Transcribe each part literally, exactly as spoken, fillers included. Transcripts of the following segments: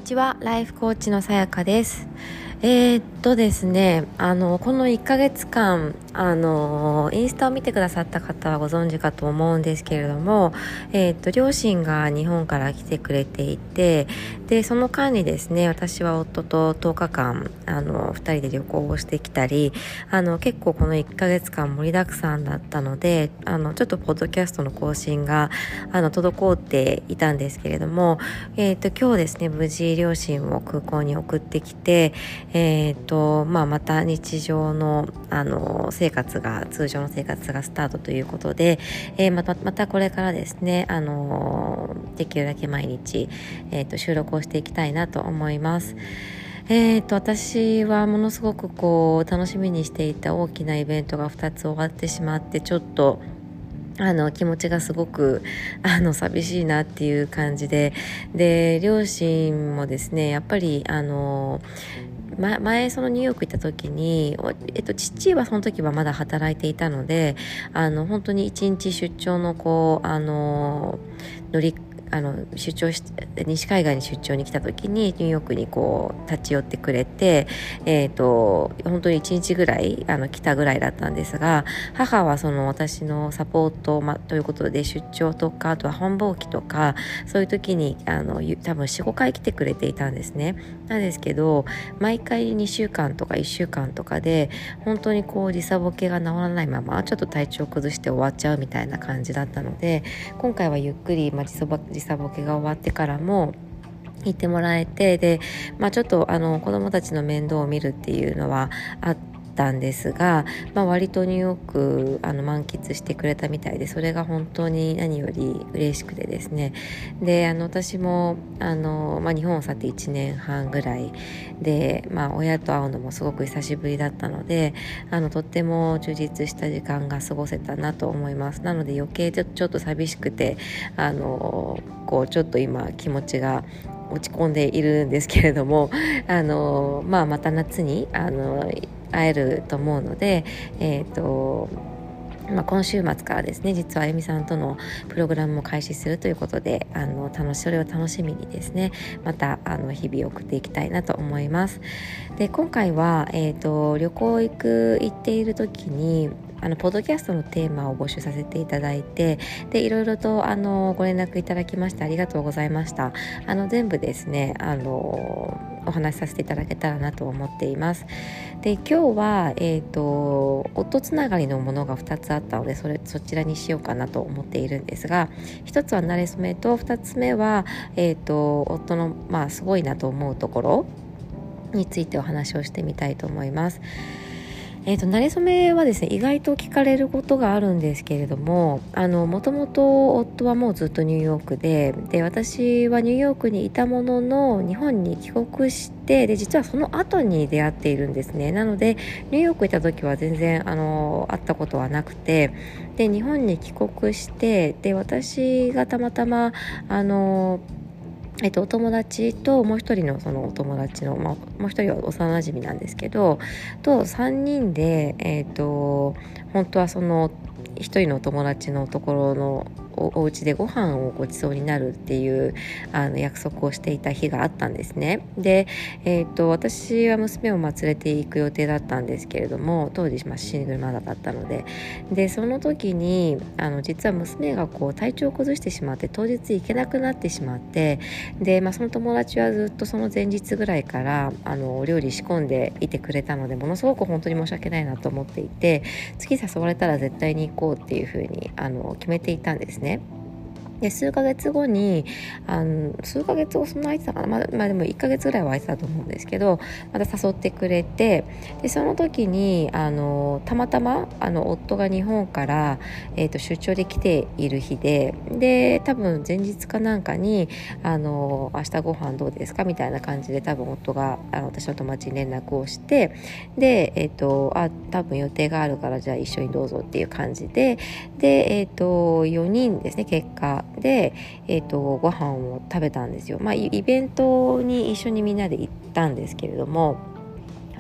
ちは、ライフコーチのさやかです。えー、っとですねあのこのいっかげつかんあのインスタを見てくださった方はご存知かと思うんですけれども、えー、っと両親が日本から来てくれていて、でその間にですね、私は夫ととおかかんあのふたりで旅行をしてきたり、あの結構このいっかげつかん盛りだくさんだったので、あのちょっとポッドキャストの更新があの滞っていたんですけれども、えー、っと今日ですね、無事両親を空港に送ってきて、えーとまあ、また日常の、あの生活が通常の生活がスタートということで、えー、またまたこれからですね、あのできるだけ毎日、えーと収録をしていきたいなと思います。えーと私はものすごくこう楽しみにしていた大きなイベントがふたつ終わってしまって、ちょっとあの気持ちがすごくあの寂しいなっていう感じで、で両親もですね、やっぱりあのま、前そのニューヨーク行った時に、えっと、父はその時はまだ働いていたので、あの本当に一日出張のこうあの乗りあの出張し西海岸に出張に来た時にニューヨークにこう立ち寄ってくれて、えー、と本当にいちにちぐらいあの来たぐらいだったんですが、母はその私のサポート、ま、ということで出張とか、あとは繁忙期とかそういう時にあの多分 よん,ご 回来てくれていたんですね。なんですけど、毎回にしゅうかんとかいっしゅうかんとかで本当にこう時差ボケが治らないままちょっと体調崩して終わっちゃうみたいな感じだったので、今回はゆっくり、まあ、時差ボ時差ボケが終わってからも行ってもらえて、で、まあ、ちょっとあの子供たちの面倒を見るっていうのはあったんですが、まあ、割とニューヨークあの満喫してくれたみたいで、それが本当に何より嬉しくてですね。であの私もあの、まあ、日本を去っていちねんはんぐらいで、まあ、親と会うのもすごく久しぶりだったので、あのとっても充実した時間が過ごせたなと思います。なので余計ちょ、ちょっと寂しくて、あのこうちょっと今気持ちが落ち込んでいるんですけれども、あの、まあ、また夏にあの会えると思うので、えーとまあ、今週末からですね、実はあゆみさんとのプログラムも開始するということで、あの楽しそれを楽しみにですね、またあの日々を送っていきたいなと思います。で今回は、えーと旅行行く行っている時にあのポッドキャストのテーマを募集させていただいて、でいろいろとあのご連絡いただきましてありがとうございました。あの全部ですね、あのお話しさせていただけたらなと思っています。で今日は、えーと、夫つながりのものがふたつあったので、それそちらにしようかなと思っているんですが、ひとつは慣れ初めと、ふたつめは、えーと、夫の、まあ、すごいなと思うところについてお話をしてみたいと思います。えーと、慣れ初めはですね、意外と聞かれることがあるんですけれども、あのもともと夫はもうずっとニューヨークで、で私はニューヨークにいたものの日本に帰国して、で実はその後に出会っているんですね。なのでニューヨーク行った時は全然あの会ったことはなくて、で日本に帰国して、で私がたまたまあのえっと、お友達ともう一人のそのお友達の、まあ、もう一人は幼馴染なんですけどとさんにんで、えっと、本当はその一人のお友達のところのお, お家でご飯をごちそうになるっていうあの約束をしていた日があったんですね。で、えー、と私は娘をまあ連れて行く予定だったんですけれども、当時まあシングルマザーだったので、でその時にあの実は娘がこう体調を崩してしまって、当日行けなくなってしまって、で、まあ、その友達はずっとその前日ぐらいからあのお料理仕込んでいてくれたので、ものすごく本当に申し訳ないなと思っていて、次誘われたら絶対に行こうっていうふうにあの決めていたんですね。で数ヶ月後にあの数ヶ月後その空いてたかな、まあ、まあでもいっかげつぐらいは空いてたと思うんですけど、また誘ってくれて、でその時にあのたまたまあの夫が日本から、えー、と出張で来ている日で、で多分前日かなんかにあの明日ご飯どうですかみたいな感じで、多分夫があの私の友達に連絡をして、で、えー、とあ多分予定があるからじゃあ一緒にどうぞっていう感じで、で、えー、とよにんですね、結果で、えー、とご飯を食べたんですよ。まあ、イベントに一緒にみんなで行ったんですけれども、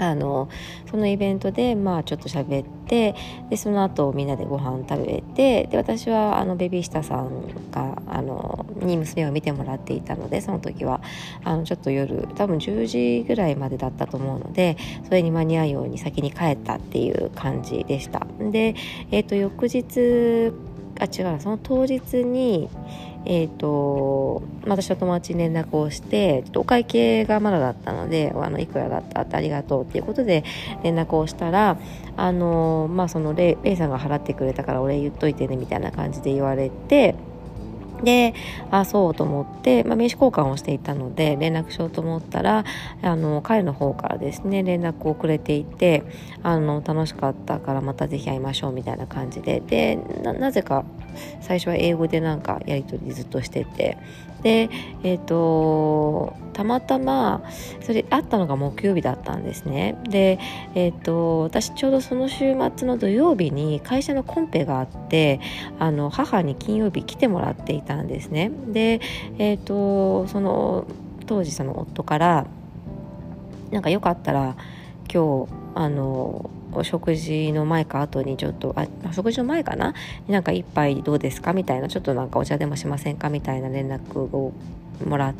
あのそのイベントでまあちょっと喋って、でその後みんなでご飯食べて、で私はあのベビーシッターさんがあのに娘を見てもらっていたので、その時はあのちょっと夜多分じゅうじぐらいまでだったと思うので、それに間に合うように先に帰ったっていう感じでした。で、えーと、翌日あ違うその当日にえーと、私は友達に連絡をして、ちょっとお会計がまだだったので、あのいくらだったってありがとうっていうことで連絡をしたら、あのまあそのレイ、レイさんが払ってくれたからお礼言っといてねみたいな感じで言われて、で、あ、そうと思って、まあ、名刺交換をしていたので連絡しようと思ったら、あの彼の方からですね連絡をくれていて、あの楽しかったからまたぜひ会いましょうみたいな感じで、で な, なぜか最初は英語でなんかやり取りずっとしてて、でえっ、ー、とたまたまそれ会ったのが木曜日だったんですね。でえっ、ー、と私ちょうどその週末の土曜日に会社のコンペがあって、あの母に金曜日来てもらっていたんですね。でえっ、ー、とその当時その夫からなんかよかったら今日あのお食事の前か後にちょっとあ食事の前かななんか一杯どうですかみたいな、ちょっとなんかお茶でもしませんかみたいな連絡をもらって、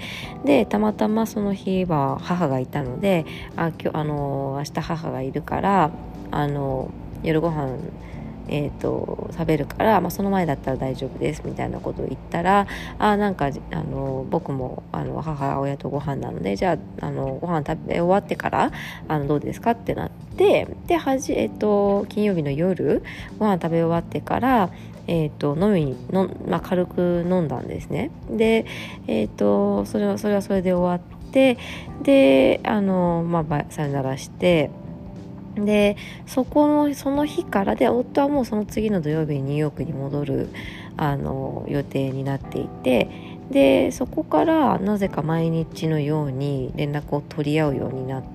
でたまたまその日は母がいたので、あ今日あの明日母がいるからあの夜ご飯えー、と食べるから、まあ、その前だったら大丈夫ですみたいなことを言ったら、あなんかあの僕もあの母親とご飯なので、じゃあ、あのご飯食べ終わってからあのどうですかってなって、ではじ、えー、と金曜日の夜ご飯食べ終わってからえー、と飲みにの、まあ、軽く飲んだんですね。で、えー、とそれはそれはそれで終わって、であの、まあ、さよならして、でそこのその日からで夫はもうその次の土曜日にニューヨークに戻るあの予定になっていて、でそこからなぜか毎日のように連絡を取り合うようになって、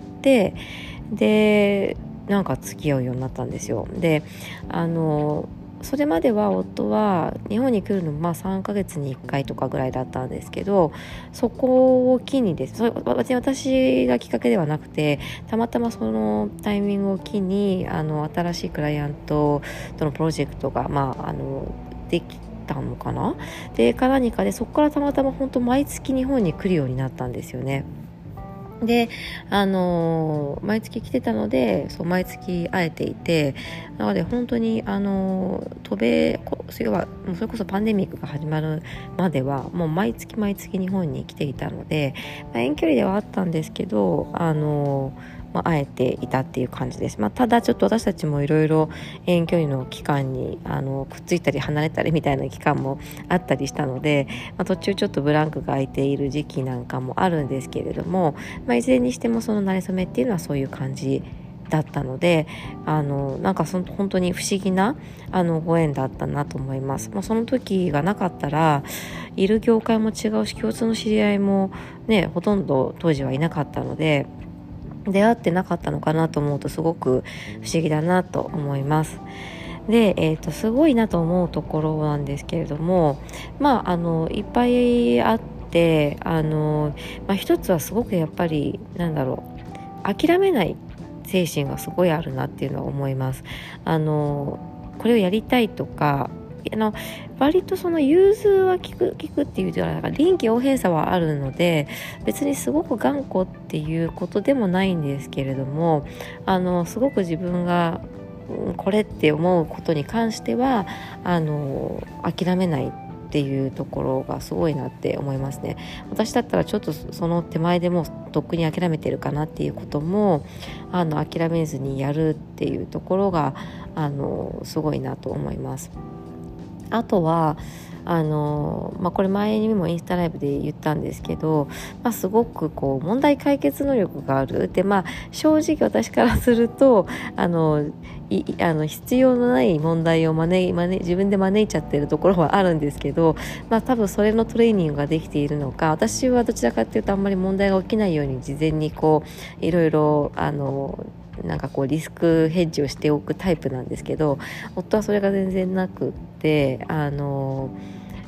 でなんか付き合うようになったんですよ。であのそれまでは夫は日本に来るのまあさんかげつにいっかいとかぐらいだったんですけど、そこを機にですそれ別に私がきっかけではなくて、たまたまそのタイミングを機にあの新しいクライアントとのプロジェクトが、まあ、あのできたのかなでか何かで、そこからたまたま本当毎月日本に来るようになったんですよね。であのー、毎月来てたのでそう毎月会えていて、なので本当にあのー、渡米それはそれこそパンデミックが始まるまではもう毎月毎月日本に来ていたので、まあ、遠距離ではあったんですけどあのーまあ、会えていたっていう感じです。まあ、ただちょっと私たちもいろいろ遠距離の期間にあのくっついたり離れたりみたいな期間もあったりしたので、まあ、途中ちょっとブランクが空いている時期なんかもあるんですけれども、まあ、いずれにしてもその馴れ初めっていうのはそういう感じだったので、あのなんかその本当に不思議なあのご縁だったなと思います。まあ、その時がなかったらいる業界も違うし共通の知り合いもねほとんど当時はいなかったので、出会ってなかったのかなと思うとすごく不思議だなと思います。で、えーと、すごいなと思うところなんですけれども、まああのいっぱいあってあの、まあ、一つはすごくやっぱりなんだろう諦めない精神がすごいあるなっていうのは思います。あのこれをやりたいとかあの割とその融通は効く効くっていうよりは臨機応変さはあるので、別にすごく頑固っていうことでもないんですけれども、あのすごく自分がこれって思うことに関してはあの諦めないっていうところがすごいなって思いますね。私だったらちょっとその手前でもうとっくに諦めてるかなっていうこともあの諦めずにやるっていうところがあのすごいなと思います。あとはあの、まあ、これ前にもインスタライブで言ったんですけど、まあ、すごくこう問題解決能力があるで、まあ、正直私からするとあのいあの必要のない問題を招い招自分で招いちゃってるところはあるんですけど、まあ、多分それのトレーニングができているのか、私はどちらかというとあんまり問題が起きないように事前にこういろいろあのなんかこうリスクヘッジをしておくタイプなんですけど、夫はそれが全然なくってあの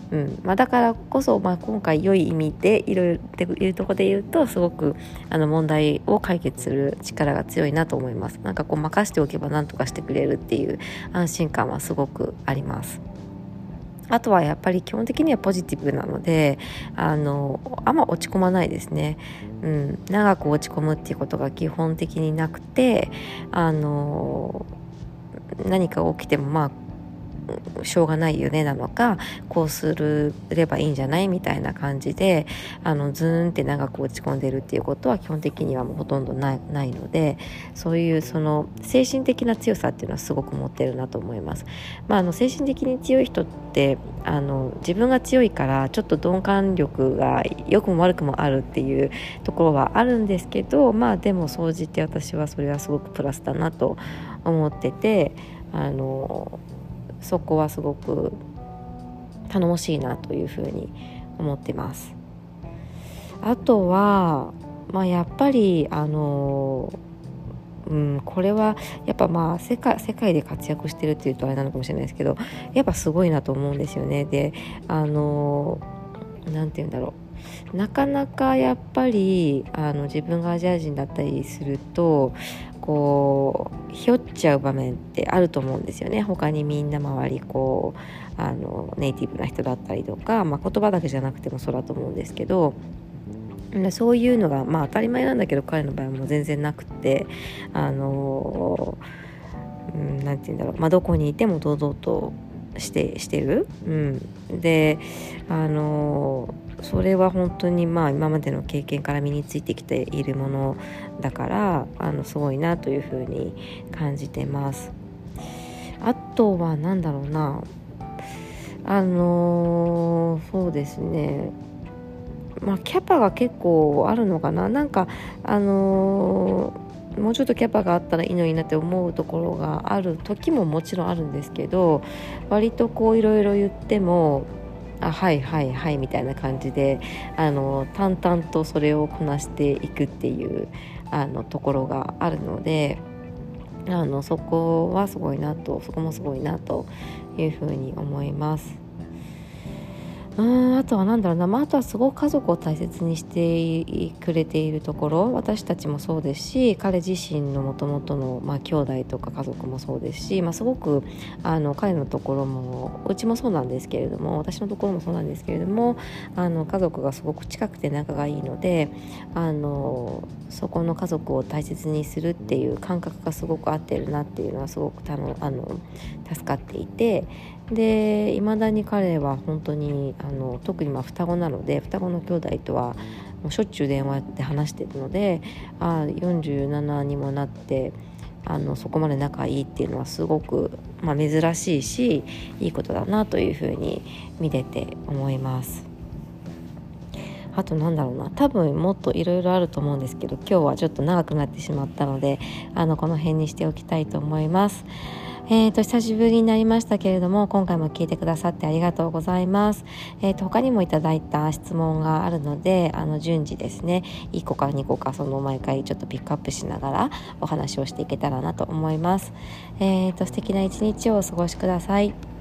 うんまあ、だからこそ、まあ、今回良い意味でいろいろっていうところで言うとすごくあの問題を解決する力が強いなと思います。なんかこう任しておけば何とかしてくれるっていう安心感はすごくあります。あとはやっぱり基本的にはポジティブなのであのあんま落ち込まないですね、うん、長く落ち込むっていうことが基本的になくてあの何か起きてもまあしょうがないよねなのかこうすればいいんじゃないみたいな感じであのズーンって長く落ち込んでるっていうことは基本的にはもうほとんどない、ないのでそういうその精神的な強さっていうのはすごく持ってるなと思います。まあ、あの精神的に強い人ってあの自分が強いからちょっと鈍感力が良くも悪くもあるっていうところはあるんですけど、まあでも総じて私はそれはすごくプラスだなと思っててあのそこはすごく頼もしいなというふうに思ってます。あとは、まあ、やっぱりあの、うん、これはやっぱまあ世界、世界で活躍してるっていうとあれなのかもしれないですけどやっぱすごいなと思うんですよね。であのなんて言うんだろうなかなかやっぱりあの自分がアジア人だったりするとこうひよっちゃう場面ってあると思うんですよね。他にみんな周りこうあのネイティブな人だったりとか、まあ、言葉だけじゃなくてもそうだと思うんですけどそういうのがまあ当たり前なんだけど彼の場合はもう全然なくてあの、うん、なんて言うんだろう、まあ、どこにいても堂々としてしてる、うん、であのそれは本当にまあ今までの経験から身についてきているものだからあのすごいなというふうに感じてます。あとはなんだろうなあのそうですねまあキャパが結構あるのかななんかあのもうちょっとキャパがあったらいいのになって思うところがある時ももちろんあるんですけど割とこういろいろ言ってもあはいはいはいみたいな感じであの淡々とそれをこなしていくっていうあのところがあるのであのそこはすごいなとそこもすごいなというふうに思います。うーんあとはなんだろうな、まあ、あとはすごく家族を大切にしてくれているところ私たちもそうですし彼自身のもともとの、まあ、兄弟とか家族もそうですし、まあ、すごくあの彼のところもうちもそうなんですけれども私のところもそうなんですけれどもあの家族がすごく近くて仲がいいのであのそこの家族を大切にするっていう感覚がすごく合ってるなっていうのはすごくたのあの助かっていてで未だに彼は本当にあの特にまあ双子なので双子の兄弟とはもうしょっちゅう電話で話しているのであよんじゅうななにもなってあのそこまで仲いいっていうのはすごく、まあ、珍しいしいいことだなというふうに見てて思います。あとなんだろうな多分もっといろいろあると思うんですけど今日はちょっと長くなってしまったのであのこの辺にしておきたいと思います。えーと久しぶりになりましたけれども今回も聞いてくださってありがとうございます。えーと他にもいただいた質問があるのであの順次ですねいっこかにこかその毎回ちょっとピックアップしながらお話をしていけたらなと思います。えーと素敵な一日をお過ごしください。